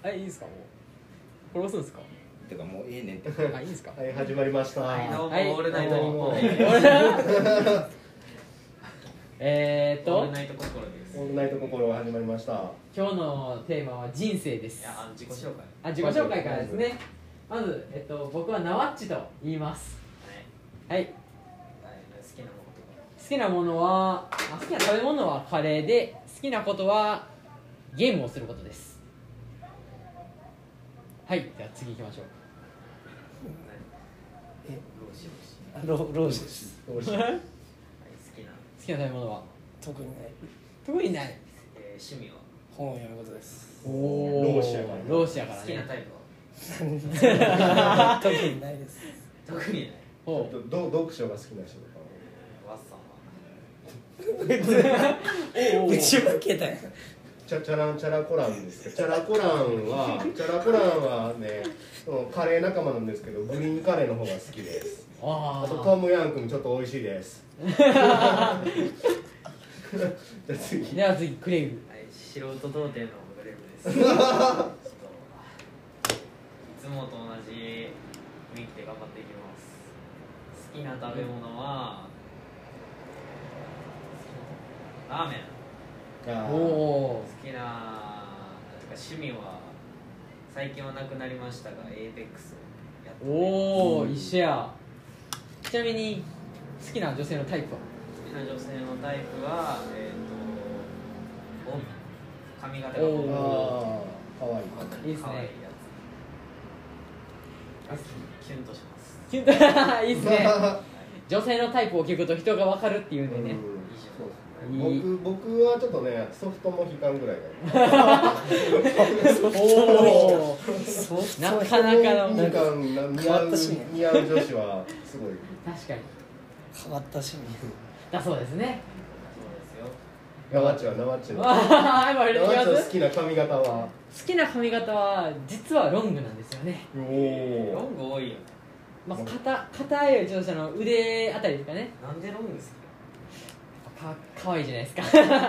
いいですかもう殺すんですかてかもうええねんってあいいですかはい始まりました。 はいどうも、 はいオールナイトニッポンどうもです。オールナイト心です。 オールナイト心が始まりました。 今日のテーマは人生です。 いや、自己紹介。 自己紹介からですね。まず、僕はナワッチと言います。はい。 好きなものとか。 好きなものは、好きな食べ物はカレーで、好きなことはゲームをすることです。はい、じゃあ次行きましょう。 ローシローシですどうしはい、好きな。 好きな食べ物は特にない特にない。 趣味は。 本を読むことですおローシやからねローシやから好きなね。 タイプは。 特にないです特にない。 ほう。 読書が好きな人とか。 ワッサンは。 めっちゃ負けたやんチャラコランですけど、チャラコランはね、そのカレー仲間なんですけど、グリーンカレーの方が好きです。あとトムヤンクもちょっと美味しいです。じゃあ次。 では次、クレイグ。 はい、素人童貞のグレーブです。ちょっといつもと同じ雰囲気で頑張っていきます。好きな食べ物はラーメン。 おお好きな趣味は最近はなくなりましたが、エーペックスやってて、 おお、一緒や。ちなみに好きな女性のタイプは？ 好きな女性のタイプは髪型がおーかわいい。 いいですね。 可愛いやつキュンとします。 キュンといいですね。女性のタイプを聞くと人が分かるっていうんでね。 僕はちょっとね、ソフトモヒカンぐらいがおお、なかなかの。 モヒカン似合う女子はすごい。 確かに。 変わった趣味だそうですね。 そうですよ。 ナワッチはナワッチの。 ああ、今入れてきナワッチのます。 好きな髪型は。 好きな髪型は実はロングなんですよね。 おロお。 ング多いよね。 まあ肩よりちょっと下の腕あたりですかね。 なんでロング好き？ かわいいじゃないですか。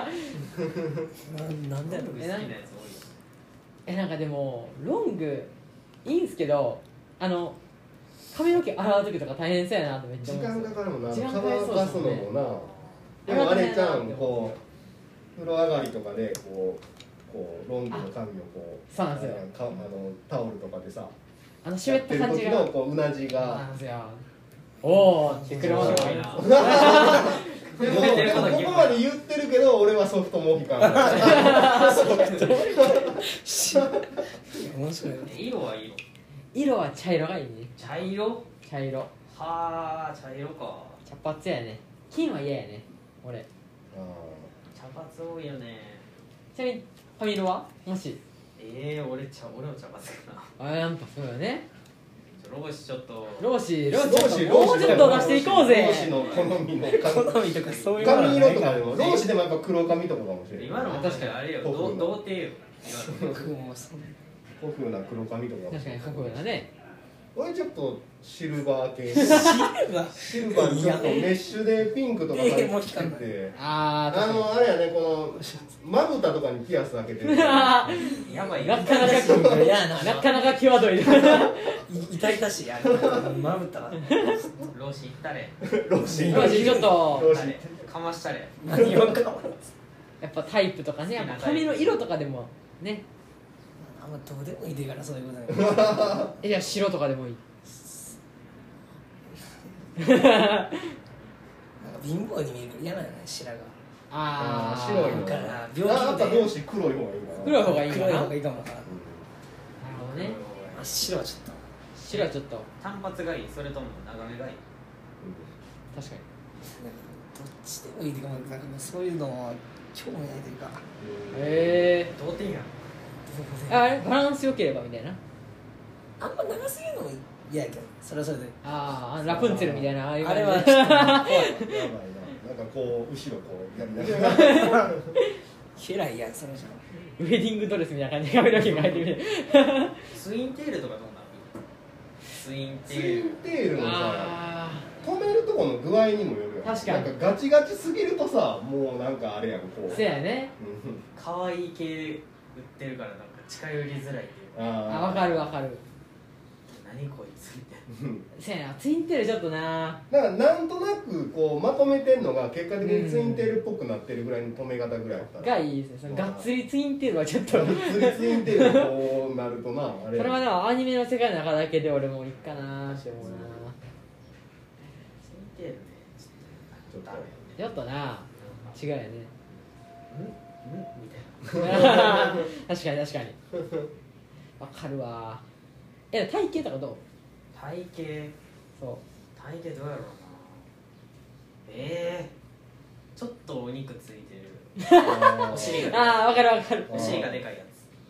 なんでやろロング好きなやつ多いよ。 なんかでもロングいいんすけど、髪の毛洗う時とか大変そうやなとめっちゃ時思うんですよ。 間かかるもんな。 時間か乾かりそうかですすもんねのもな。でもあれちゃんこう風呂上がりとかでこうロングの髪をこうそうなんですよタオルとかでさ。 湿った感じが。 やってる時のこううなじそうなが。 んですよ。おーって車の面中に白いな。 でもここまで言ってるけど俺はソフトモヒカンだ。 面白いね色は色。 色は茶色がいいね。 茶色？ 茶色。 はあ、茶色か。 茶髪やね。金は嫌やね俺。 茶髪多いよね。 ちなみに髪色はもし。 俺も茶髪かな。 やっぱそうよね。 ローシちょっと。 ローシロもうちょっと出していこうぜ。 ローシの好みの好みとかそういうのは髪色とかでもロローシでもやっぱ黒髪とかかもしれない。 今のも確かにあれよ。童貞よ。今の。 僕もそう古風な黒髪とか。 確かにかっこいいなね。 俺ちょっとシルバー系。 シルバーシルバーにちょっとメッシュでピンクとか入ってて。あれやね、このまぶたとかにピアス開けてる。 やばい。 なかなか嫌ななかなか際どい。 痛々しいあれまぶたローシ行ったれ。 ローシ。 ローシちょっとローシ。 かましたれ。 何をかわやっぱタイプとかね、やっぱ髪の色とかでもね。 あんまどうでもいいでからそういうことねじゃあ白とかでもいい。 なんか貧乏に見えるから嫌なのね白が白いのだから病やっぱ気でローシ黒い方がいいかな。 黒い方がいいかな。 黒いなる方がいいかもなほどね。 真っ白はちょっと白はちょっと単発がいい、それとも長めがいい。 確かに。 どっちでもいいでかもなんかそういうのは興味ないというか童貞やん。 あれバランス良ければみたいな。 あんま長すぎるのも嫌やけどそれはそれでラプンツェルみたいなああいうあれ感じはちょっと怖いやばいな。なんかこう後ろこうやりながら。 嫌いやんそれじゃウェディングドレスみたいな感じで髪の毛が入ってるみたいな。 ツインテールとかどうなる？ツインテツイール。 ンテールのさ、 あ止めるとこの具合にもよるやん。 確かになんかガチガチすぎるとさ、もうなんかあれやんこう。 せやね。 うん可愛い系売ってるからなんか近寄りづらいっていうか。 あ、分かる分かる。 何こいつみたいな。 せやな、ツインテールちょっとな。 だからなんとなくこうまとめてんのが結果的にツインテールっぽくなってるぐらいの止め方ぐらいだったらがいいですね。そのがっつりツインテールはちょっとがっつりツインテールがこうなるとなあれそれはでもアニメの世界の中だけで俺もいいかなって思うな。 ツインテールね、ちょっとダメよね。 ちょっとな、違うよね。 みたいな。 確かに確かに。わかるわ。体型とかどう？ 体型そう。 体型どうやろうな。ちょっとお肉ついてる。お尻がああ、わかるわかる。 お尻がでかいやつ。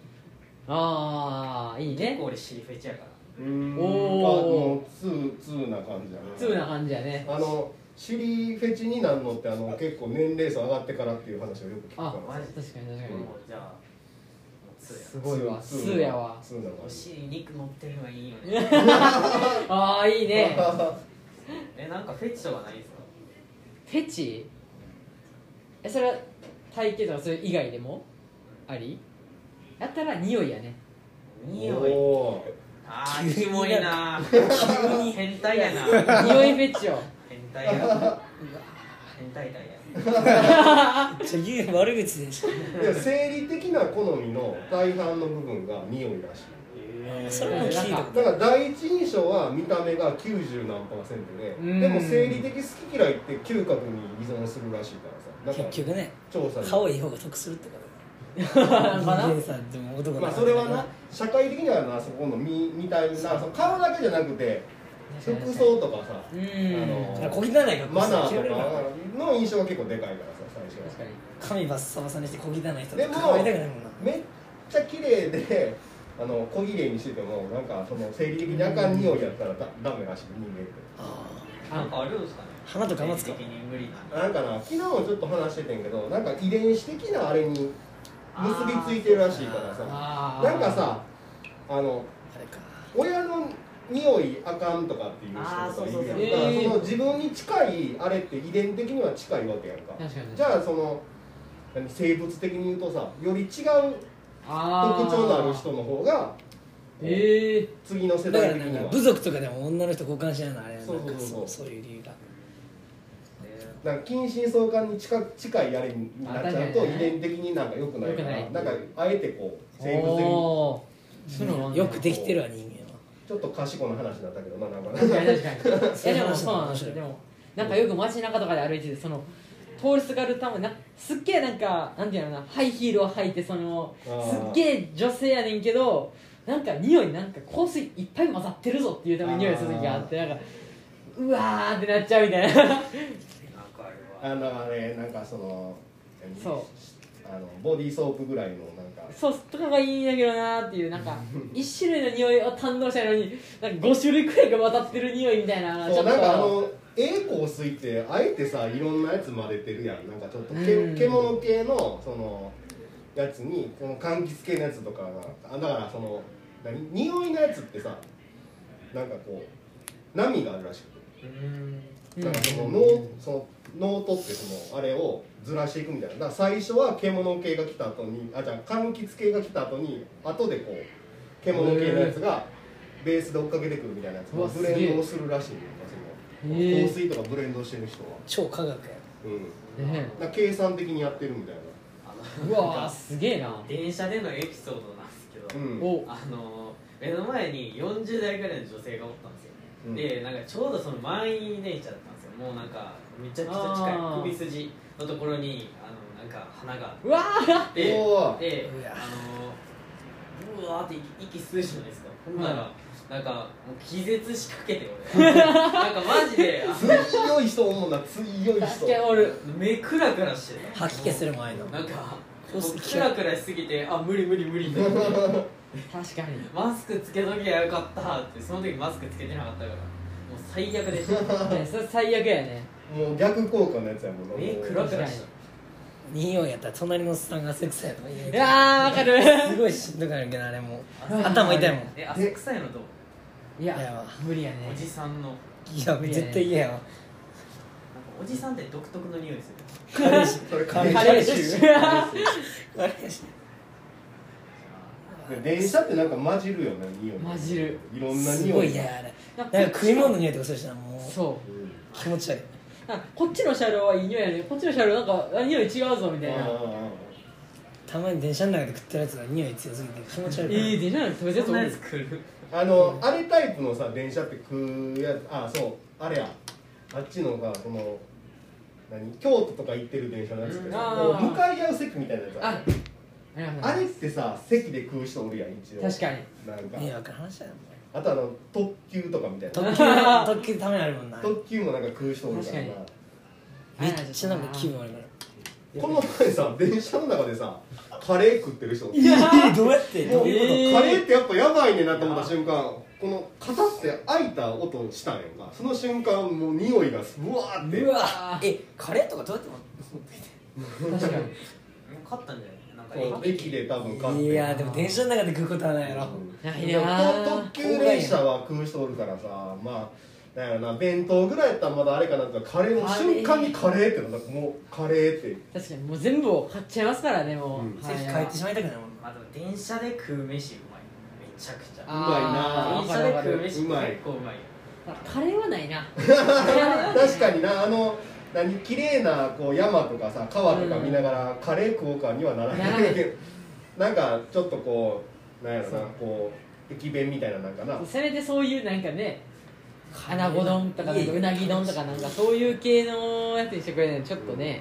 ああ、いいね。 結構俺尻フェチやから。 おおーもうツーな感じだねツーな感じやね。 尻フェチになんのって結構年齢層上がってからっていう話をよく聞くからあ、 マジ確かに確かに。 もうじゃあもうツーやすごいわ。 ツツーやわ。 ツーなお感じ尻肉乗ってるのはいいよね。 ああ、いいね。 なんかフェチとかないんすか？ フェチ？それは体型とかそれ以外でもあり？やったら匂いやね。 匂い。 おーあーキモいな。急に変態やな。 匂いフェチよ。 変態やな。変態だや。 じゃあ言う悪口でしょ。 いや生理的な好みの大半の部分が匂いらしいそれも聞いたことだから第一印象は見た目が90何%でうんでも生理的好き嫌いって嗅覚に依存するらしいからさなんか結局ね、 調査に顔いい方が得するってことなんかな人間さんでも男まあそれはな社会的にはなそこの見た目なその顔だけじゃなくて服装とかさうん。 小汚い格好マナしてーとかの印象が結構でかいからさ最初確かに。 髪バッサバサにして小汚い人でもと関わりたくないもんな。 めっちゃ綺麗で小綺麗にしててもなんかその生理的にあかん匂いやったらダメらしい人間ってあなんかあるんですかね。 鼻とか持つか生理的に無理な。 なんかな昨日もちょっと話しててんけどなんか遺伝子的なあれに結びついてるらしいからさあなんかさあれか親の匂いあかんとかっていう人とかいるやんかそうそうそうその自分に近いあれって遺伝的には近いわけやんか確かに。 じゃあその生物的に言うとさより違うあ特徴のある人の方が次の世だから代的にはなんか部族とかでも女の人交換しないのあれなんかそうそうそうそういう理由がなんか近親相関に近いあれになっちゃうとあ確かにね遺伝的になんか良くないから良くないなんかあえてこう生物的におーそういうのもあんねよくできてるわ人間はちょっと賢いの話だったけどななんか確かに確かに。でもそういう話そうなんですよ。でもなんかよく街中とかで歩いてて通りすがるためにすっげえなんかなんていうのかなハイヒールを履いてそのあーすっげえ女性やねんけどなんか匂いなんか香水いっぱい混ざってるぞっていうために匂いする時があってなんかうわーってなっちゃうみたいな。 なんかあるわ。 あれなんかそのそうボディーソープぐらいのなんかそうとかがいいんだけどなーっていうなんか一種類の匂いを堪能したのになんか5種類くらいが混ざってる匂いみたいなそうなんか香水ってあえてさいろんなやつ混ぜてるやんなんかちょっと獣系のそのやつにこの柑橘系のやつとかがだからその匂いのやつってさなんかこう波があるらしくてなんかそのノートってそのあれをずらしていくみたいなだから最初は獣系が来た後にじゃあ柑橘系が来た後に後でこう獣系のやつがベースで追っかけてくるみたいなやつをブレンドをするらしいんだ香水とかブレンドしてる人は超科学やねなんか計算的にやってるみたいうわーすげえな。 電車でのエピソードなんですけど、 なお目の前に40代ぐらいの女性がおったんですよ、でなんかちょうどその満員電車だったんですよもうなんかめちゃくちゃ近い首筋のところになんか花がうわーあっておーでうわうわーって息吸うじゃないですかほんならなんかもう気絶しかけて俺なんかマジで強い人思うな強い確人かにおる。 目クラクラしてた吐き気する前のなんかそうすクラクラしすぎて無理って確かに。 マスクつけときゃよかったってその時マスクつけてなかったからもう最悪でしたねそれ最悪やね。 もう逆効果のやつやもんな目クラクラした匂いやったら隣のおっさんが汗臭いとか言えいやーわかる。 すごいしんどくなるけどあれも頭痛いもん汗臭いのどういやいやわ無理やね。 おじさんのいや絶対嫌やわなんかおじさんって独特の匂いするカレー臭それカレカレー臭臭カレー臭電車ってなんか混じるよね、匂い混じる、 いろんな匂いすごい嫌やあれ。だから食い物の匂いとかするしな、もうそう気持ち悪い。 こっちの車両はいい匂いやねん、こっちの車両なんか匂い違うぞみたいな。 たまに電車の中で食ってるやつが匂い強すぎて気持ち悪い。 電車なんか食べてるそんなややつつ来る。 あれタイプのさ電車って食うやつ、そうあれや、あっちのさその京都とか行ってる電車のやつってさ、こう向かい合う席みたいなやつあれってさ席で食う人おるやん一応。 確かになんか迷惑な話だよ。 あと特急とかみたいな特急ためにあるもんな。 特急もなんか食う人おるからな。 めっちゃなんか気分悪いから。 この前さ電車の中でさカレー食ってる人おる。 どうやってもうどういうこカレーってやっぱやばいねなと思った瞬間、このカタって開いた音したんやんか。その瞬間もう匂いがうわーって。 うわカレーとかどうやって持ってきて確かに買ったんじゃないなんか駅で多分買って。 いやでも電車の中で食うことはないやろ。 ないでもな特急電車は食う人おるからさ、まあなんやろな、弁当ぐらいやったらまだあれかなと。カレーの瞬間にカレーってのなんかもうカレーって確かにもう全部を買っちゃいますからね、もう、 うん席変えてしまいたくないもんな。 まあでも電車で食う飯うまい、めちゃくちゃ。 あー電車で食う飯結うまい構うまいよ。 カレーはないな確かにな。綺麗なこう山とかさ川とか見ながらカレー食おうかにはならないけど、なんかちょっとこうなんやろな、こう駅弁みたいななんかな。 せめてそういうなんかね、穴子丼とかなんかうなぎ丼とかなんかそういう系のやつにしてくれないとちょっとね、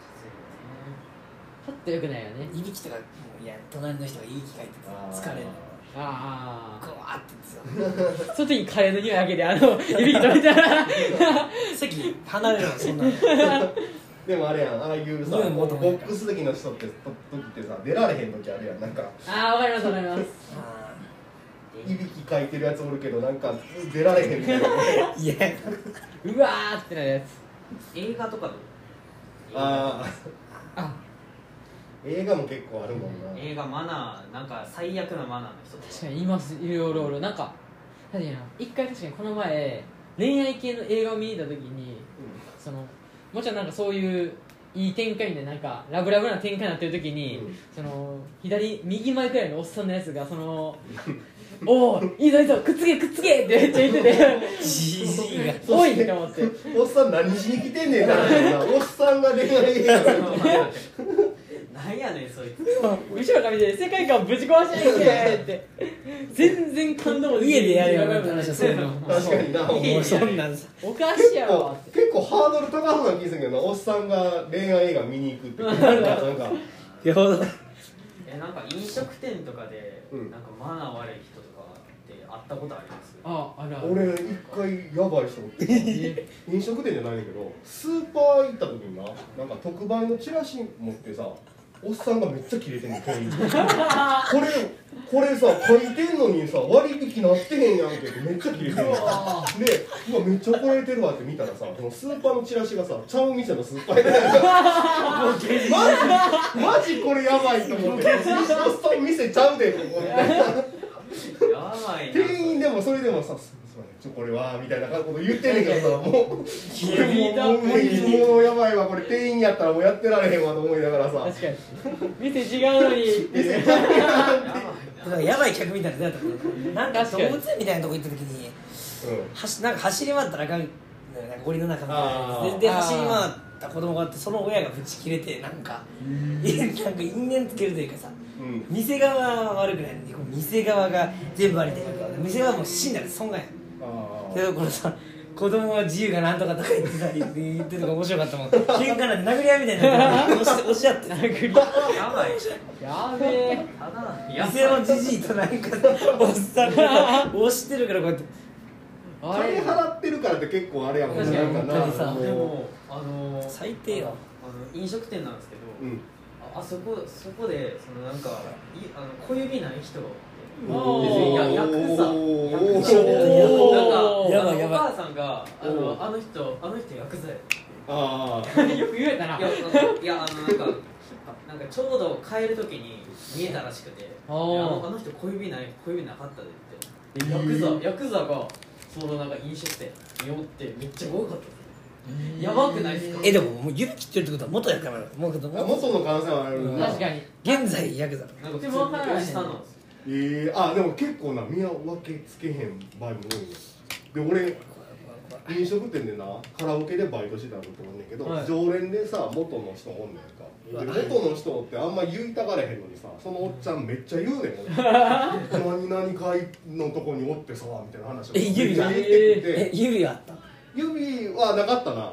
ちょっとよくないよね。 いびきとかもういや隣の人がいびきかいて疲れるのあゴワーってやつよあ、その時にカレーの匂いだけでいびき止めたら席離れるのそんなの。 でもあれやん、ああいうさボ匂い求めるックス席の人って時ってさ出られへん時あるやん。なんかああ、わかりますわかります。 いびきかいてるやつおるけどなんか出られへんみたいな。 いやうわーってなるやつ。 映画とかどう？ ああ、 映画も結構あるもんな。 映画マナー、なんか最悪なマナーの人確かにいます、いろいろなんか確かにな、一回確かにこの前恋愛系の映画を見に行った時に、そのもちろんなんかそういういい展開でなんかラブラブな展開になってる時に、その右前くらいのおっさんのやつがそのおお、いいぞいいぞ、くっつけってめっちゃ言っててじじいがおいって思って、 おっさん何しに来てんねんって話やな。おっさんが恋愛映画なんやねんそいつ。 後ろから見て世界観ぶち壊しに来てって全然感動も家でやるよなって話はそういうの。 確かにな。 もうそんなんさおかしいやろって。 結構ハードル高そうな気するけどな。おっさんが恋愛映画見に行くってなんかよほどなんか飲食店とかで、 うんなんかマナー悪い人とかって会ったことあります？ あら俺一回やばい人おって飲食店じゃないんだけどスーパー行った時にな、なんか特売のチラシ持ってさ、おっさんがめっちゃキレてんの店員にこれさ書いてんのにさ割引なってへんやんけってめっちゃキレてんので、うわめっちゃ怒られてるわって見たらさ、このスーパーのチラシがさ、ちゃう店のスーパーやマジこれやばいと思って、おっさん店ちゃうでここみたいな。 やばいな。 店員でもそれでもさ、すいませんこれはみたいなこと言ってんねんけどさ、もうもうやばいわ、これ店員やったらもうやってられへんわと思いながらさ、 確かに店違うのにってやばいなんかやばい客みたいなの出会ったことなんか動物園みたいなとこ行った時になんか走り回ったらあかんなんか檻の中みたいなやつで走り回った子供があって、その親がブチ切れてなんか因縁つけるというかさ、店側は悪くないのにこう店側が全部悪いって店側はもう死んだら損害やけどこのさ子供は自由がなんとかとか言ってたり言ってるのが面白かったもん。喧嘩なんて殴り合いみたいになって押し合って殴りやばい。 やべえ、 ただ店のじじいとなんかおっさんが押してるからこうやってあれ金払ってるからって結構あれやもんね、 確かになんか本当にさもうでも最低よ。 飲食店なんですけど、 うんそこでそのなんか小指ない人がおーヤクザおーなんかやばいやばいお母さんがあの人ヤクザやああよく言えたな。 いやなんかちょうど帰る時に見えたらしくて、あの人小指なかったでって、ヤクザがそのなんか飲食店におってめっちゃ多かったです。やばくないですか？ でももう指切ってるってことは元ヤクザもう元の可能性はあるな。 確かに。 現在ヤクザなんか普通の下なんですよ。 あでも結構な見分けつけへん場合も多いよ。で俺飲食店でなカラオケでバイトしてたこと思うねんけど、はい、常連でさ元の人おんねんか。で元の人ってあんま言いたがれへんのにさ、そのおっちゃんめっちゃ言うねん何々会のとこにおってさみたいな話を指はあった？ 指はなかったな。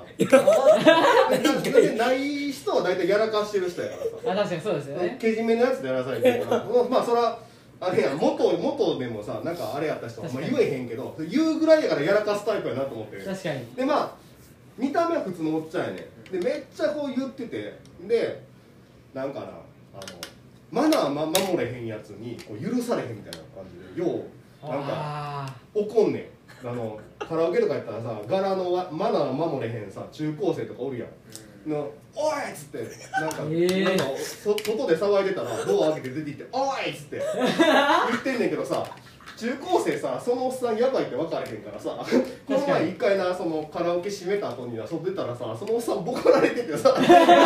ない人は大体やらかしてる人やからさ。 あ、確かにそうですよね。 けじめのやつでやらされてるからまあそらあれや元でもさなんかあれやった人はまあ言えへんけど言うぐらいやからやらかすタイプやなと思って。 確かに。 でまあ見た目は普通のおっちゃんやねん。でめっちゃこう言ってて、でなんかなマナー守れへんやつにこう許されへんみたいな感じでようなんか怒んねん。カラオケとかやったらさ柄のマナー守れへんさ中高生とかおるやん。おいっつってなんか、外で騒いでたらドア開けて出てきておいっつって言ってんねんけどさ、中高生さそのおっさんやばいって分からへんからさ、この前一回なそのカラオケ閉めた後にな外出たらさそのおっさんボコられててさ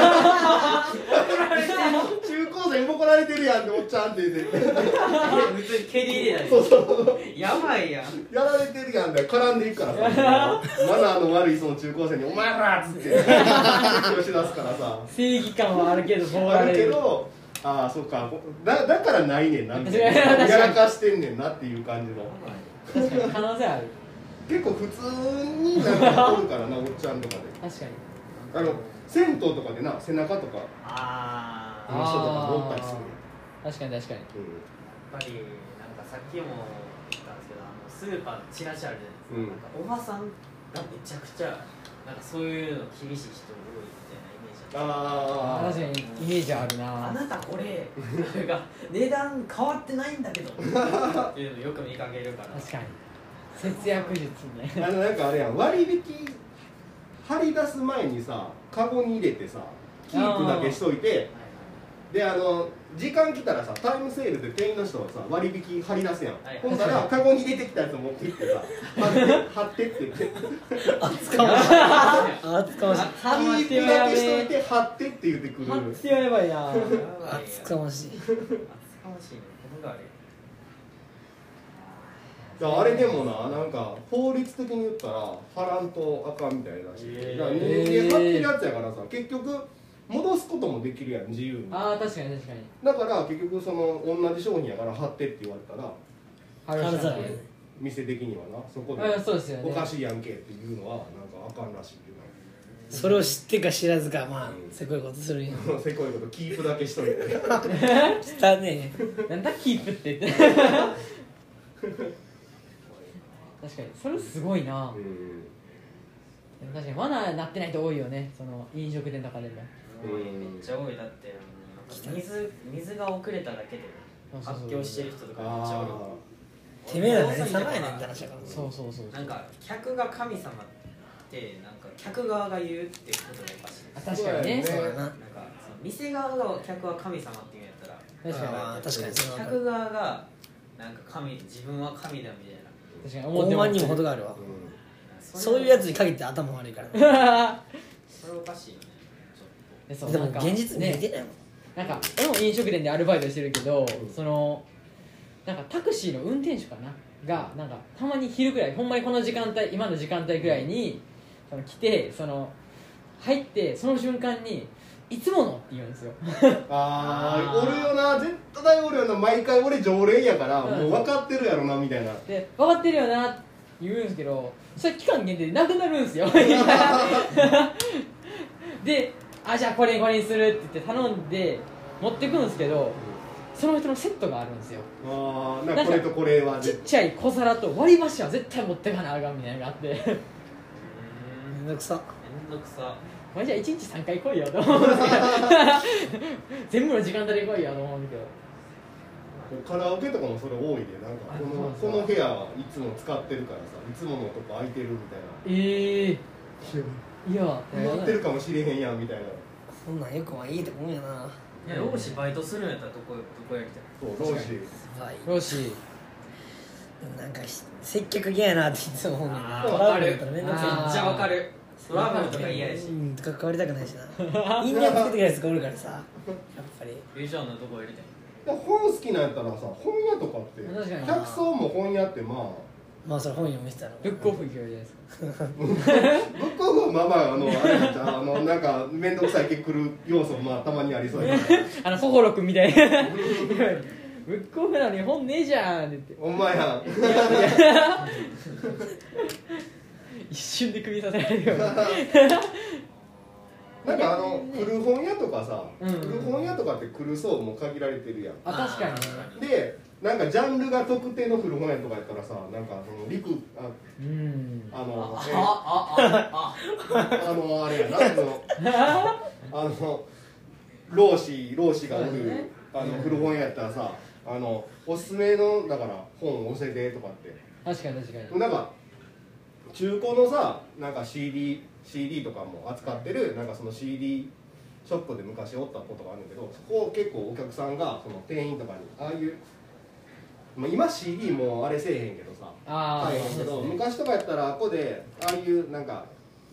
中高生ボコられてるやんっておっちゃんって言って普通に蹴り入れないそうやばいやんやられてるやんって絡んでいくからさマナーの悪いその中高生にお前らっつって押し出すからさ正義感はあるけどボコあるられるけどああそうかだからないねんなみたいなやらかしてんねんなっていう感じの確かに可能性ある結構普通になんかおるからなおっちゃんとかで確かに銭湯とかでな背中とかの人とかもおったりする確かに確かに、 やっぱりなんかさっきも言ったんですけどスーパーのチラシあるじゃないですか、なんかおばさんがめちゃくちゃなんかそういうの厳しい人多いみたいなイメージ確かにイメージあるな。 あなたこれが値段変わってないんだけどっていうのよく見かけるから確かに節約術ねなんかあれやん割引貼り出す前にさカゴに入れてさキープだけしといてで時間来たらさタイムセールで店員の人はさ割引貼り出すやん、ほんだらカゴに入れてきたやつを持ってきてさ貼ってって言って厚かましい厚かましいキープだけしといて貼ってって言ってくる貼ってやばいな厚かましい厚かましいねこのがあれでもなんか法律的に言ったら貼らんとあかんみたいだし、人間貼ってるやつやからさ結局戻すこともできるやん自由に。 ああ確かに確かに。 だから結局その同じ商品やから貼ってって言われたら貼るしかない店的にはなそこでそうですよねおかしいやんけっていうのはなんかあかんらしいけどそれを知ってか知らずかまあせこいことするんやせこいことキープだけしといてしたねなんだキープって言って確かにそれすごいな、確かにマナーなってない人多いよねその飲食店とかでもめっちゃ多いだって水が遅れただけで発狂してる人とかめっちゃ多いてめえら何様やねんって話だからそうなんか客が神様ってなんか客側が言うっていうことがおかしい確かにねそうだななんかその店側が客は神様って言うんやったら確かに客側がなんか自分は神だみたいな確かに大万にも程があるわ、そういうやつに限って頭悪いからそれおかしいよねちょっとでも現実見えてないもんなんか俺も飲食店でアルバイトしてるけど、そのなんかタクシーの運転手かながなんかたまに昼くらいほんまにこの時間帯今の時間帯くらいに来て入ってその瞬間にいつものって言うんですよおるよな絶対おるよな毎回俺常連やからもう分かってるやろなみたいなで分かってるよなって言うんですけどそれ期間限定でなくなるんですよでじゃあこれにするって言って頼んで持ってくんですけどその人のセットがあるんですよなんかこれとこれはちっちゃい小皿と割り箸は絶対持ってかなあかんみたいなのがあってめんどくさじゃあ1日3回来いよと思うんですけど全部の時間帯で来いよと思うんですけどカラオケとかもそれ多いでなんかこの部屋はいつも使ってるからさいつものとこ空いてるみたいないや埋まってるかもしれへんやんみたいなそんなんよくはいいと思うやないや老子バイトするんやったらどこやりたいそう老子なんか接客嫌やなっていつも思うねんなトラブルだったらめんどくさいめっちゃわかるトラブルとか嫌やし関わりたくないしな因縁つけてくるやつがおるからさやっぱりゆうちゃんのどこやりたい本好きなんやったらさ本屋とかって客層も本屋ってまあそれ本読みてたらブックオフ行けるじゃないですかブックオフはまあまああれじゃんなんか面倒くさいけくる要素もまあたまにありそうやから心くんみたいなブックオフなのに本ねえじゃんって言ってお前やん一瞬で首させられるよなんか古本屋とかさ、古本屋とかって来る層も限られてるやん。 確かにでなんかジャンルが特定の古本屋とかやったらさなんかそのあれやな老子がおる古本屋やったらさおすすめのだから本を教えてとかって確かになんか中古のさなんか CD とかも扱ってるなんかその CD ショップで昔おったことがあるんだけどそこ結構お客さんがその店員とかにああいう、まあ、今 CD もあれせえへんけどさ買えへんけど、昔とかやったらここでああいうなんか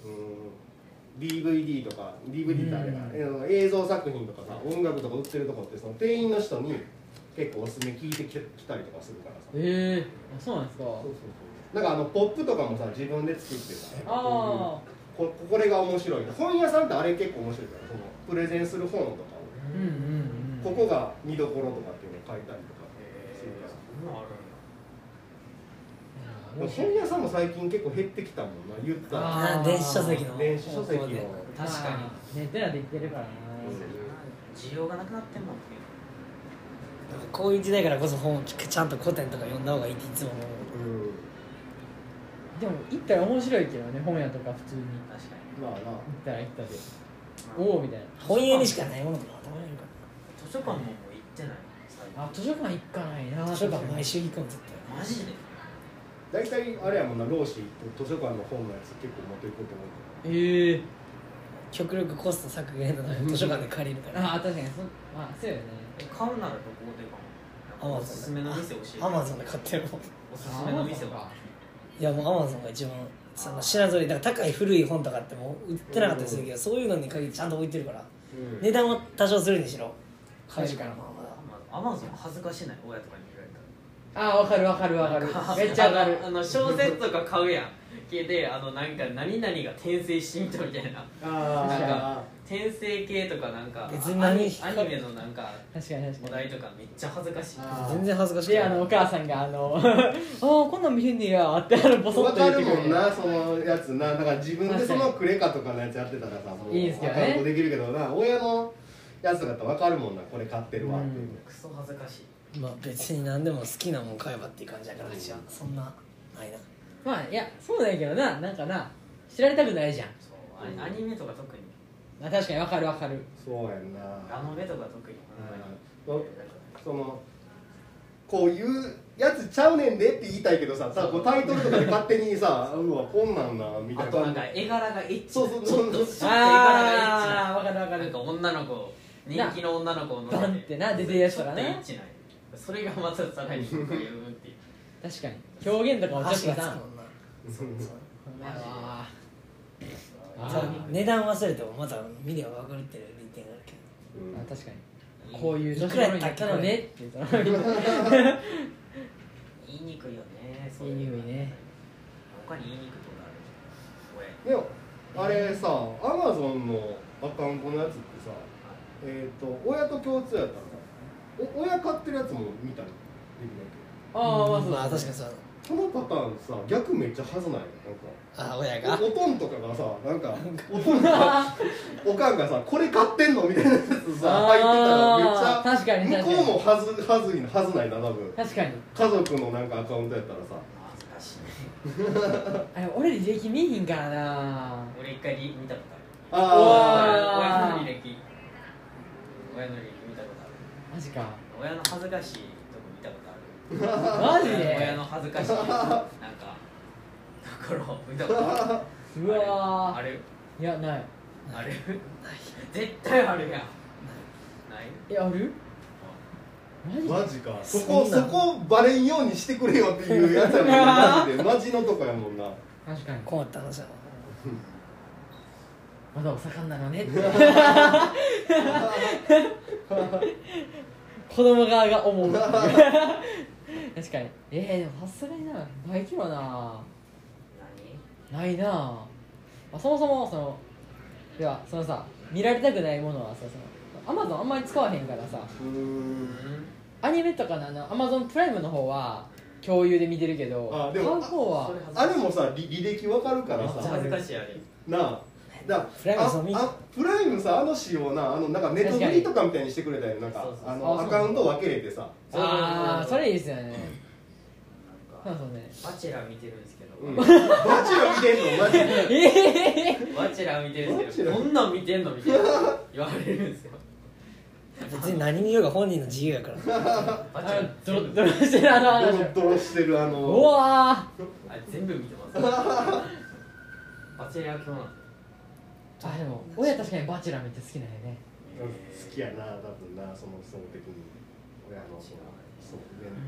DVD とか DVD ってあれが映像作品とかさ音楽とか売ってるとこってその店員の人に結構おすすめ聞いてきたりとかするからさそうなんですかなんかポップとかもさ自分で作ってさこれが面白い本屋さんってあれ結構面白いからそのプレゼンする本とかをここが見どころとかっていうのを書いたりとかするから本屋さんも最近結構減ってきたもんな言ったら電子書籍の電子書籍の確かにネットやで言ってるからな需要がなくなってんもんこういう時代からこそ本をちゃんと古典とか読んだ方がいいっていつも思うでも行ったら面白いけどね本屋とか普通に確かにまあな行ったら行ったでおおみたいな本屋にしかないものとかたまにあるか図書館ももう行ってない図書館行かないなら図書館毎週行くん絶対マジで大体あれやもんな老子図書館の本のやつ結構持っていこうと思う極力コスト削減のために図書館で借りるから確かにそうよね買うならどこで買うのおすすめの店教えてアマゾンで買ってるもんおすすめの店は。 いやもうアマゾンが一番その品揃えだから高い古い本とかってもう売ってなかったりするけど、そういうのに限ってちゃんと置いてるから、値段は多少するにしろ買えるからまあアマゾン恥ずかしない親とかに言われたらわかるめっちゃわかる小説とか買うやん聞いてなんか何々が転生してみたみたいななんか転生系とかなんか別にアニメのなんか確かにお題とかめっちゃ恥ずかしい全然恥ずかしいでお母さんがこんなん見てんねやってボソッと言ってくる分かるもんなそのやつなだから自分でそのクレカとかのやつやってたらさいいんすけどねアカウントできるけどな親のやつとかって分かるもんなこれ買ってるわっていうクソ恥ずかしいまあ別に何でも好きなもん買えばっていう感じだからそんなないなまあいやそうだけどなんかな知られたくないじゃんそうアニメとか特に確かにわかるそうやんなラノベとか特にそのこういうやつちゃうねんでって言いたいけどさこうタイトルとかで勝手にさうわこんなんなみたいなあとなんか絵柄がエッチそうちょっと絵柄がエッチなわかるなんか女の子人気の女の子をバンってな出てるやつとかねちょっとエッチなそれがまたさらに僕が言うっていう確かに表現とかもちょっとさ足がつくもんな値段忘れてもまた見れば分かるっていう利点があるけど確かにこういう年いくら頃になったのねって言言いにくいよね言いにくいね他に言いにくいことあるでもあれさアマゾンのアカウントのやつってさ親と共通やったらさ親買ってるやつも見たりできないけどまあ確かにそうこのパターンさ逆めっちゃはずない親がおとんとかがさなんかおとんがおかんがさこれ買ってんのみたいなやつさ入ってたらめっちゃ確かに向こうもはずないな多分確かに家族のなんかアカウントやったらさ恥ずかしい俺履歴見ひんからな俺一回見たことある親の履歴見たことあるマジか親の恥ずかしいとこ見たことあるマジで親の恥ずかしいなんかところ見たことあるうわあれいやないあれ絶対あるやんないあるマジかそこバレんようにしてくれよっていうやつやもんマジでマジのとこやもんな確かに困った話だなまだお盛んなのねって子供側が思う確かにでもさすがにないけどなないなあ、そもそもではそのさ見られたくないものはさAmazon あんまり使わへんからさアニメとかのAmazon プライムの方は共有で見てるけどでも買う方はあれもさ履歴わかるからさ恥ずかしいあれなあプライムそう見るプライムさあの仕様なんかネットフリとかみたいにしてくれたよなんかアカウント分けれてさああそれいいですよねそうねバチェラー見てるんですけど、 バチェラー見てんのマジでバチェラー見てるんですけどこんなん見てんのみたいな言われるんですよ別に何見ようが本人の自由やからバチェラードロドロしてるドロしてるうわあれ全部見てますバチェラー今日なんでも親確かにバチェラーめっちゃ好きなんやね好きやな多分なその的に親のそう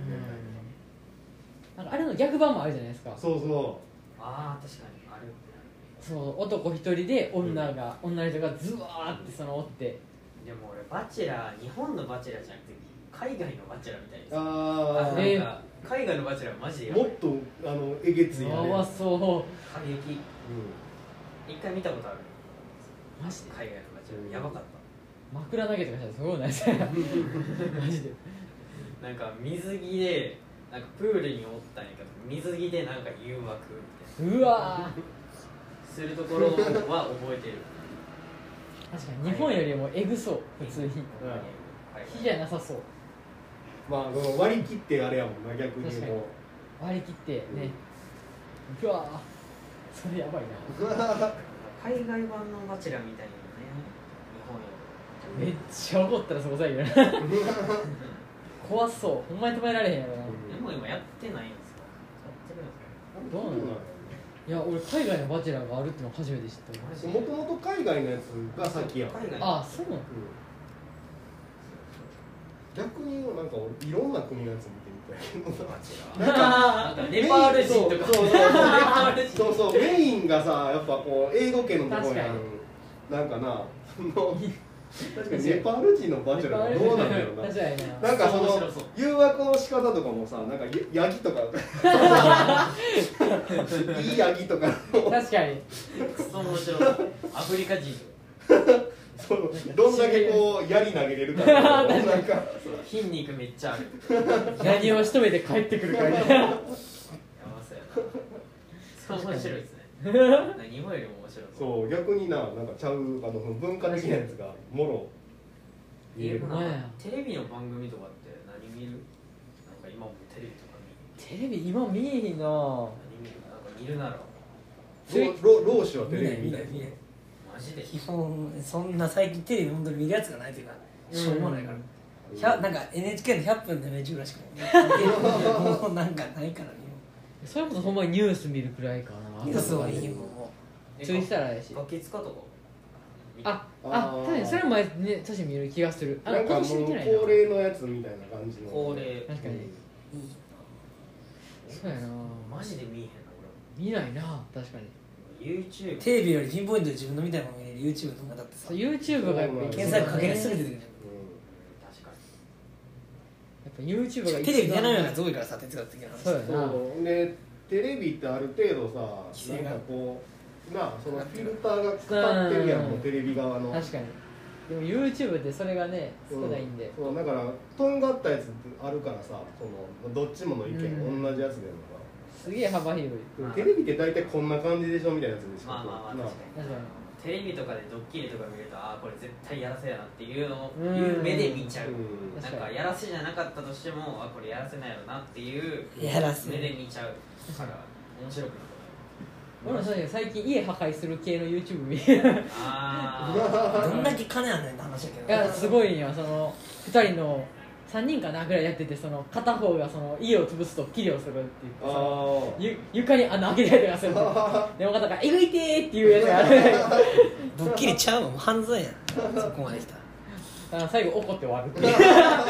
なんかあれの逆版もあるじゃないですかそうああ確かにあるそう男一人で女の人がズワーっておってでも俺バチェラー日本のバチェラーじゃなくて海外のバチェラーみたいですあなんか海外のバチェラーマジでやばいもっとえげついやばそう過激一回見たことあるマジで海外のバチェラーやばかった枕投げとかしたらすごいないですねマジでなんか水着でなんかプールにおったんやけど水着でなんか誘惑みたいなうわするところは覚えてる確かに日本よりもエグそう普通に火じゃなさそうまあ割り切ってあれやもんな逆にもう割り切ってねうわそれやばいな海外版のバチェラーみたいなね日本よめっちゃ怒ったらそこ最後やな怖そうほんまに止められへんやろなでも今やってないんですかやってるんですかどうなのいや俺海外のバチェラーがあるっての初めて知ったもともと海外のやつが先やん海外あそうなの逆になんか俺いろんな国のやつ見てみたいけどバチェなんかラーなんかネパール人とかそうメインがさやっぱこう英語圏のとこやんなんかな確かにネパール人のバチェラーはどうなんだろうな確かにななんかその誘惑の仕方とかもさなんかヤギとかいいヤギとか確かにクソ面白いアフリカ人そうどんだけこう槍投げれるかなんか筋肉めっちゃある何を仕留めて帰ってくるかみたいなやばそうやなそう面白いですね日本よりも面白いそう逆になんかちゃう文化的なやつがもろ見えるテレビの番組とかって何見るなんか今もテレビとかテレビ今見えへんな何見るなんか見るなら老子はテレビ見ないマジで基本そんな最近テレビ本当に見るやつがないというかしょうもないからなんか NHK の100分で飯ぐらいしかもうなんかないからそれこそほんまにニュース見るくらいかなニュースはいいもんツイッターやしガキ使とか確かにそれ前ね確かに見る気がするなんかもう恒例のやつみたいな感じの恒例確かにそうやなマジで見えへんな見ないな確かに俺 YouTube テレビよりピンポイントで自分の見たいもの見れる YouTube とかだってさ YouTube がやっぱ検索かけるすぐ出てくる確かにやっぱ YouTube がテレビ出ないようなやつ多いからさ哲学的な話そうやなそうでテレビってある程度さなんかこうそのフィルターがかかってるやんもうテレビ側の確かにでも YouTube ってそれがね少ないんでそうだからとんがったやつってあるからさどっちもの意見同じやつでもすげえ幅広いテレビって大体こんな感じでしょみたいなやつでしょまあ確かに確かテレビとかでドッキリとか見るとこれ絶対やらせやなっていうのをいう目で見ちゃうなんかやらせじゃなかったとしてもこれやらせないやろなっていうやらせ目で見ちゃうから面白くなる俺も最近家破壊する系の YouTube 見るどんだけ金あんねんって話だけどいやすごいんよ2人の3人かなぐらいやってて片方が家を潰すとキリをするって言って床に穴開けたりとかするでも片が「えぐいてー」っていうやつがあるドッキリちゃうもん犯罪やんそこまで来たら最後怒って終わるっていう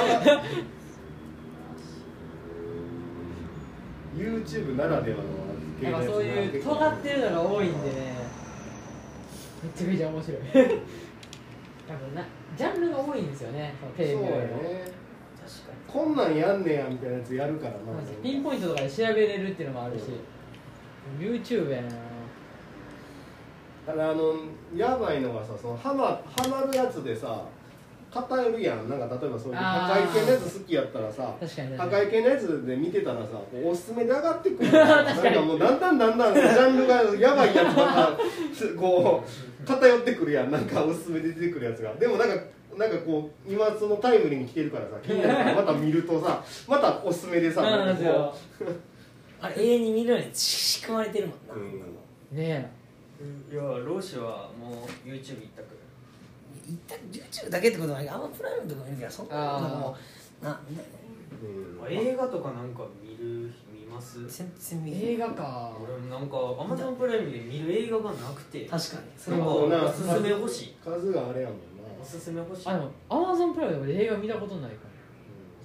YouTube ならではのやっぱそういう尖ってるのが多いんでねめちゃくちゃ面白い多分ジャンルが多いんですよねテレビよりも確こんなんやんねやみたいなやつやるからな。 ピンポイントとかで調べれるっていうのもあるし、YouTube やな。 ただやばいのがさ、そのハマるやつでさ偏るやん。なんか例えばそういう破壊系のやつ好きやったらさ、 確かに破壊系のやつで見てたらさ、おすすめで上がってくるなんかもうだんだんジャンルがやばいやつばっかこう偏ってくるやん。なんかおすすめで出てくるやつが。でもなんかこう今そのタイムリーに来てるからさ、気になるからまた見るとさ、またおすすめでさ、 なんですよ。 あれ永遠に見るように仕組まれてるもんな、 ねいやローシはもう YouTube 一択。 YouTube だけってことはないけど、アマプライムとか見るけど、そんなのも映画とかなんか見ます全然見映画か。 俺なんか Amazon プライムで見る映画がなくて、 確かにそれはおすすめ欲しい。 数があれやもんな。 おすすめ欲しい。 でも Amazon プライムで俺映画見たことないから。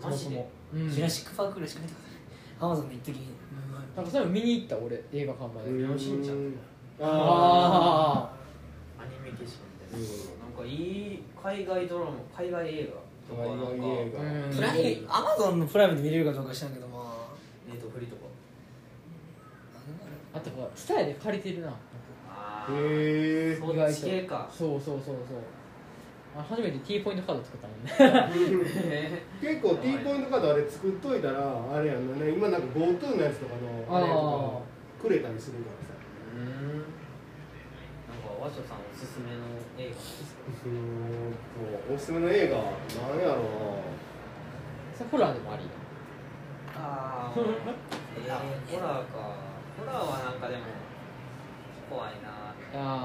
マジで。 ジュラシック・パークぐらいしか見たことない。Amazon で一時なんかそれ見に行った俺、映画館まで。 クレヨンしんちゃんとかあアニメ消しみたいな。なんかいい海外ドラマ、海外映画とかなんかプライム、Amazon のプライムで見れるかどうか知らんけど、まあネットフリとか。 あとかスタイで借りてるな。 あへえ。 そっち系か。 そう初めて T ポイントカード作ったもんね。 結構 T ポイントカードあれ作っといたらあれやんね。今なんか GoTo のやつとかのあれとかくれたりするからさ。 なんか和尚さんおすすめの映画ですか？ おすすめの映画なんやろうな。 それホラーでもあり。 ああ、ホラーか。ホラーはなんかでも怖いな。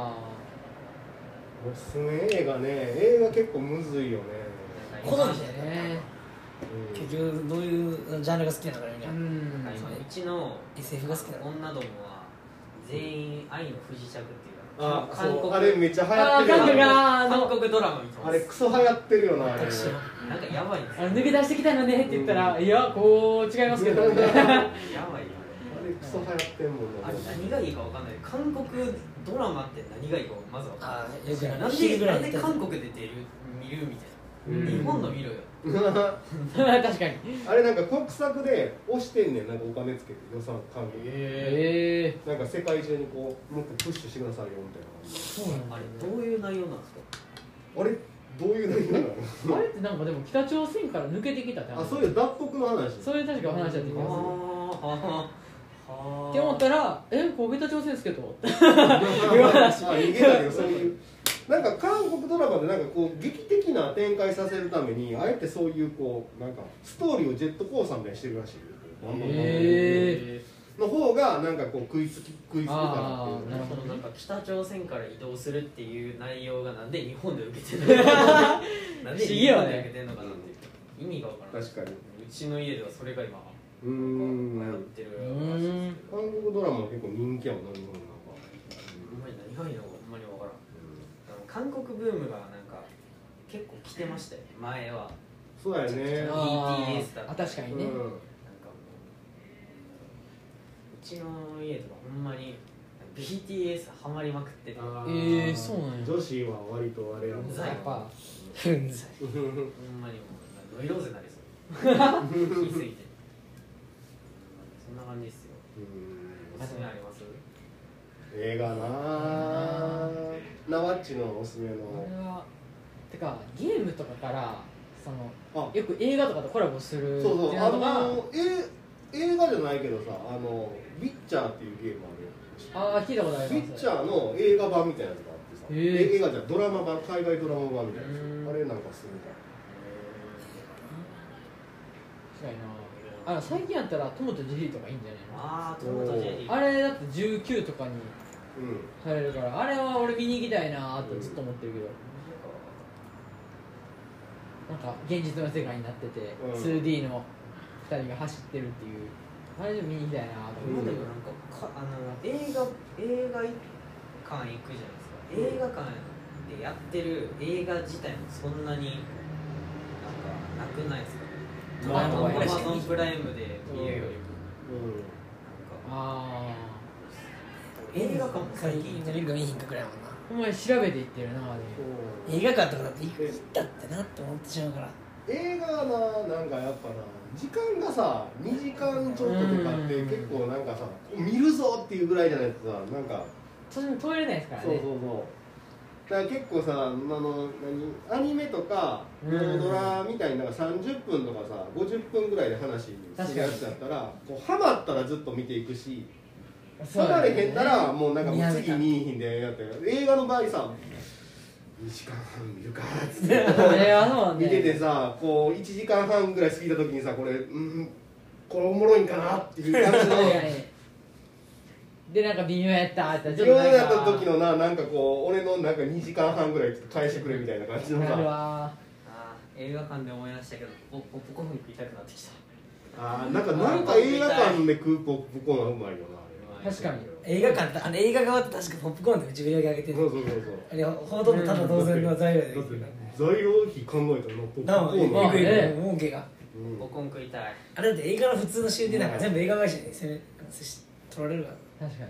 おすすめ映画ね。映画結構むずいよね。 好みだよね。結局どういうジャンルが好きなのかみたいな。 うちの SF が好きなの。 女どもは全員愛の不時着っていう韓国あれめっちゃ流行ってるよ。 韓国ドラマみたいな。 あれクソ流行ってるよな。あれなんかやばいんですよ。 抜け出してきたのねって言ったら、いやこう違いますけどね。 やばいよ。 あれクソ流行ってんもんな。 あれ何がいいかわかんない。韓国ドラマって何がいいかまずわかんない。 よくなんで韓国で見るみたいな。日本の見ろよ。 確かに。 あれなんか国策で押してんねん。なんかお金つけて予算関係。なんか世界中にこうもっとプッシュしてくださいよみたいな感じ。 そうなんだ。 あれどういう内容なんですか？ あれどういう内容なの？ あれってなんかでも北朝鮮から抜けてきたって話。 そういう脱北の話。 そういう確か話だった気がする。 はって思ったら、こう北朝鮮ですけど。 逃げないよそういう。なんか韓国ドラマでなんかこう劇的な展開させるためにあえてそういうこうなんかストーリーをジェットコースターみたいにしてるらしいよ。の方がなんかこう食いつくからっていう。 なるほど。なんか北朝鮮から移動するっていう内容がなんで日本で受けてるのかなんで日本で受けてるのかなっていう意味がわからない。 確かに。 うちの家ではそれが今流行ってるらしいですけど。 韓国ドラマは結構人気やもんな日本なんか。 ほんまに何がいいのかほんまにわからん。韓国ブームがなんか結構来てましたよね前は。 そうやね。 BTS だったり。 確かにね。 なんかもううちの家とかほんまに BTS ハマりまくってて。 そうなんや。 女子は割とあれやもんやっぱふんざい。 ほんまにもうノイローゼになりそう気づいてそんな感じですよ。おすすめあります？ 映画なわっちのおすすめの。 あれはてかゲームとかからそのよく映画とかとコラボするっていうのとか。 映画じゃないけどさウィッチャーっていうゲームあるよ。 聞いたことあります。 ウィッチャーの映画版みたいなやつがあってさ、映画じゃドラマ版、海外ドラマ版みたいなやつ。あれなんかするか確かにな。最近やったらトムとジェリーとかいいんじゃないの？ トムとジェリー。 あれだって19とかにされるから、あれは俺見に行きたいなってずっと思ってるけど、なんか現実の世界になってて、2D の2人が走ってるっていう、あれで見に行きたいなと思って。 でもなんか映画館行くじゃないですか。映画館でやってる映画自体もそんなになんかなくないですか？Amazon プライムで見るよりも映画館も最近見るか見ひんかくらいやもんな。 お前調べていってるな。 映画館とかだって行ったってなって思ってしまうから。 映画はなんかやっぱな時間がさ2時間ちょっととかって結構なんかさ見るぞっていうぐらいじゃないとさなんかそれも止めれないですからね。 そうだから結構さアニメとかドラみたいになんか30分とかさ50分ぐらいで話するやつだったらこうハマったらずっと見ていくしハマれへんならもうなんかもう次見いひんでやって映画の場合さ2時間半見るかっつって見ててさこう1時間半ぐらい過ぎた時にさこれおもろいんかなっていう感じのでなんか微妙やったって微妙やった時のなんかこう俺のなんか2時間半ぐらいちょっと返してくれみたいな感じのさ映画館で思い出したけどポップコーン食いたくなってきた。 なんか映画館で食うポップコーンはうまいよな。 確かに映画館映画側って確かポップコーンでめっちゃ売り上げ上げてる。 そうあれほとんどただ同然の材料で材料費考えたらポップコーンの儲けがポップコーン食いたい。 あれだって映画の普通の収入なんか全部映画会社に取られるから。 確かに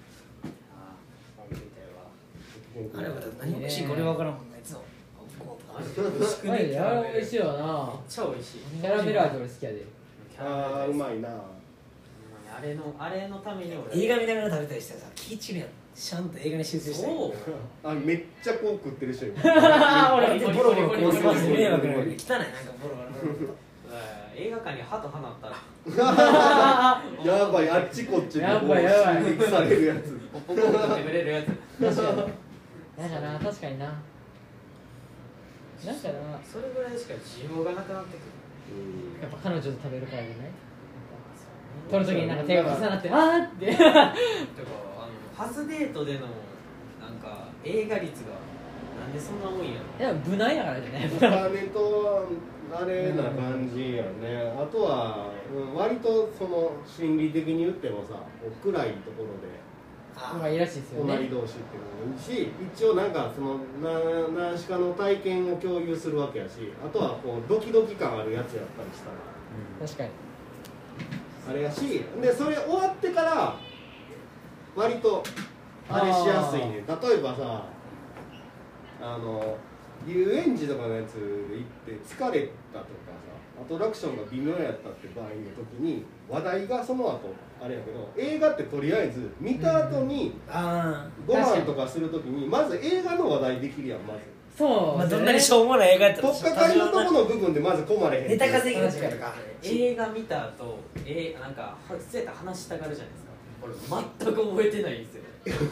あれは何も美味しいこれ分からんもんねいつもポップコーンとか美味しいよな。 めっちゃ美味しい。 キャラメル味俺好きやで。 うまいな。 あれのために俺映画見ながら食べたりしたらさ気散るやん。ちゃんと映画に集中してめっちゃこう食ってる人いる。 俺ボロボロこうしてます迷惑なのに汚いなんかボロボロ映画館に歯と歯なったらやばいあっちこっちにやばいやばい刺激されるやつポップコーン食ってくれるやつ。 確かにだから確かにな。なんかなそれぐらいしか需要がなくなってくる。 やっぱ彼女と食べるからじゃない。撮るときになんか手が重なってあーっててか初デートでのなんか映画率がなんでそんな多いんやろ。 いや無難やからじゃない。 お金とあれな感じやね。あとは、割とその心理的に言ってもさ暗いところでいいらしいですよね。 隣同士っていうのもいいし一応なんかその何しかの体験を共有するわけやしあとはこうドキドキ感あるやつやったりしたら、 確かにあれやしでそれ終わってから割とあれしやすいね。例えばさ遊園地とかのやつで行って疲れたとかさアトラクションが微妙やったって場合の時に話題がその後あれやけど映画ってとりあえず見た後にご飯とかする時にまず映画の話題できるやんまず。 そう、 まあどんなにしょうもない映画やったらとっかかりのとこの部分でまず込まれへん。 ネタ稼ぎの時間とか映画見た後なんかそうやったら話したがるじゃないですか。俺全く覚えてないんですよ。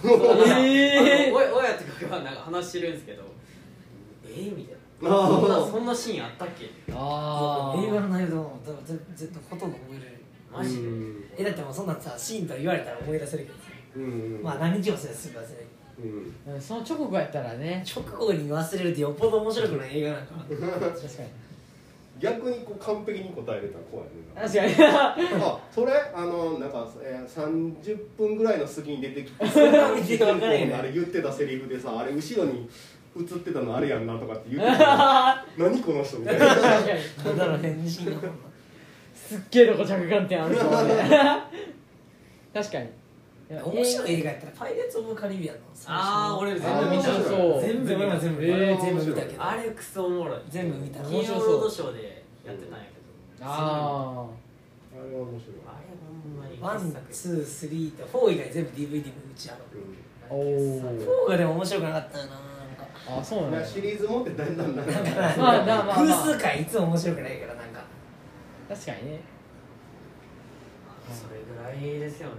親とかがなんか話してるんですけどみたいなそんなシーンあったっけ。 映画の内容でも絶対ほとんど覚えられるマジで。 だってもうそんなんさシーンと言われたら思い出せるけどさまあ何日もするすぐ忘れる。 その直後やったらね直後に忘れるってよっぽど面白くない映画なんか確かに逆にこう完璧に答えれたら怖いね。 確かにそれなんか、30分ぐらいの過ぎに出てきてそれは見て分からへんねあれ言ってたセリフでさあれ後ろに映ってたのあれやんなとかって言ってた何この人みたいな。 確かになんだろうね西のすっげえとこ着眼点あるぞ確かに面白い映画やったら「パイレーツ・オブ・カリビアン」の俺全部見た。 全部見た全部見たけどあれクソおもろい。 全部見た金曜ロードショーでやってたんやけどあれは面白い。 あれほんまにワン、ツー、スリーと4以外全部 DVD のうちあるおお 4がでも面白くなかったよなあそうなんだシリーズもってだんだん偶数回いつも面白くないからなんか確かにねそれぐらいですよね。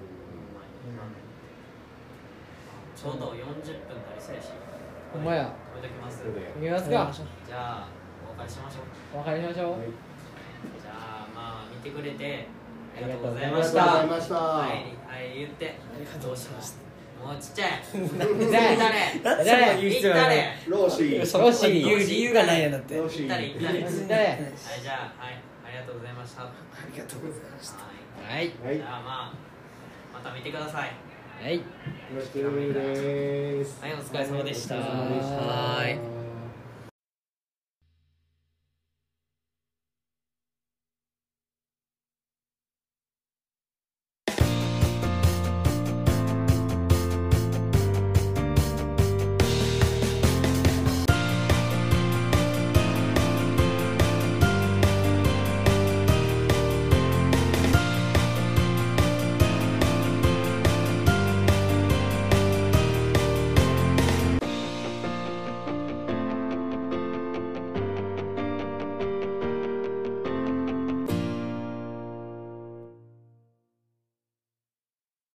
ちょうど40分になりそうやしほんまや止めときます。 見ますかじゃあお別れしましょう。 お別れしましょうじゃあまあ見てくれてありがとうございありましがとうございたました。 はい言ってありがとうございましたもうちっちゃい誰誰言う必要ない誰ローシー。 そこに言う理由がないやんだってローシー。 誰誰はいじゃあありがとうございました。 ありがとうございましたはいはい。 じゃあまた見てください。 はいよろしくです。 はいお疲れ様でした。 お疲れ様でしたはい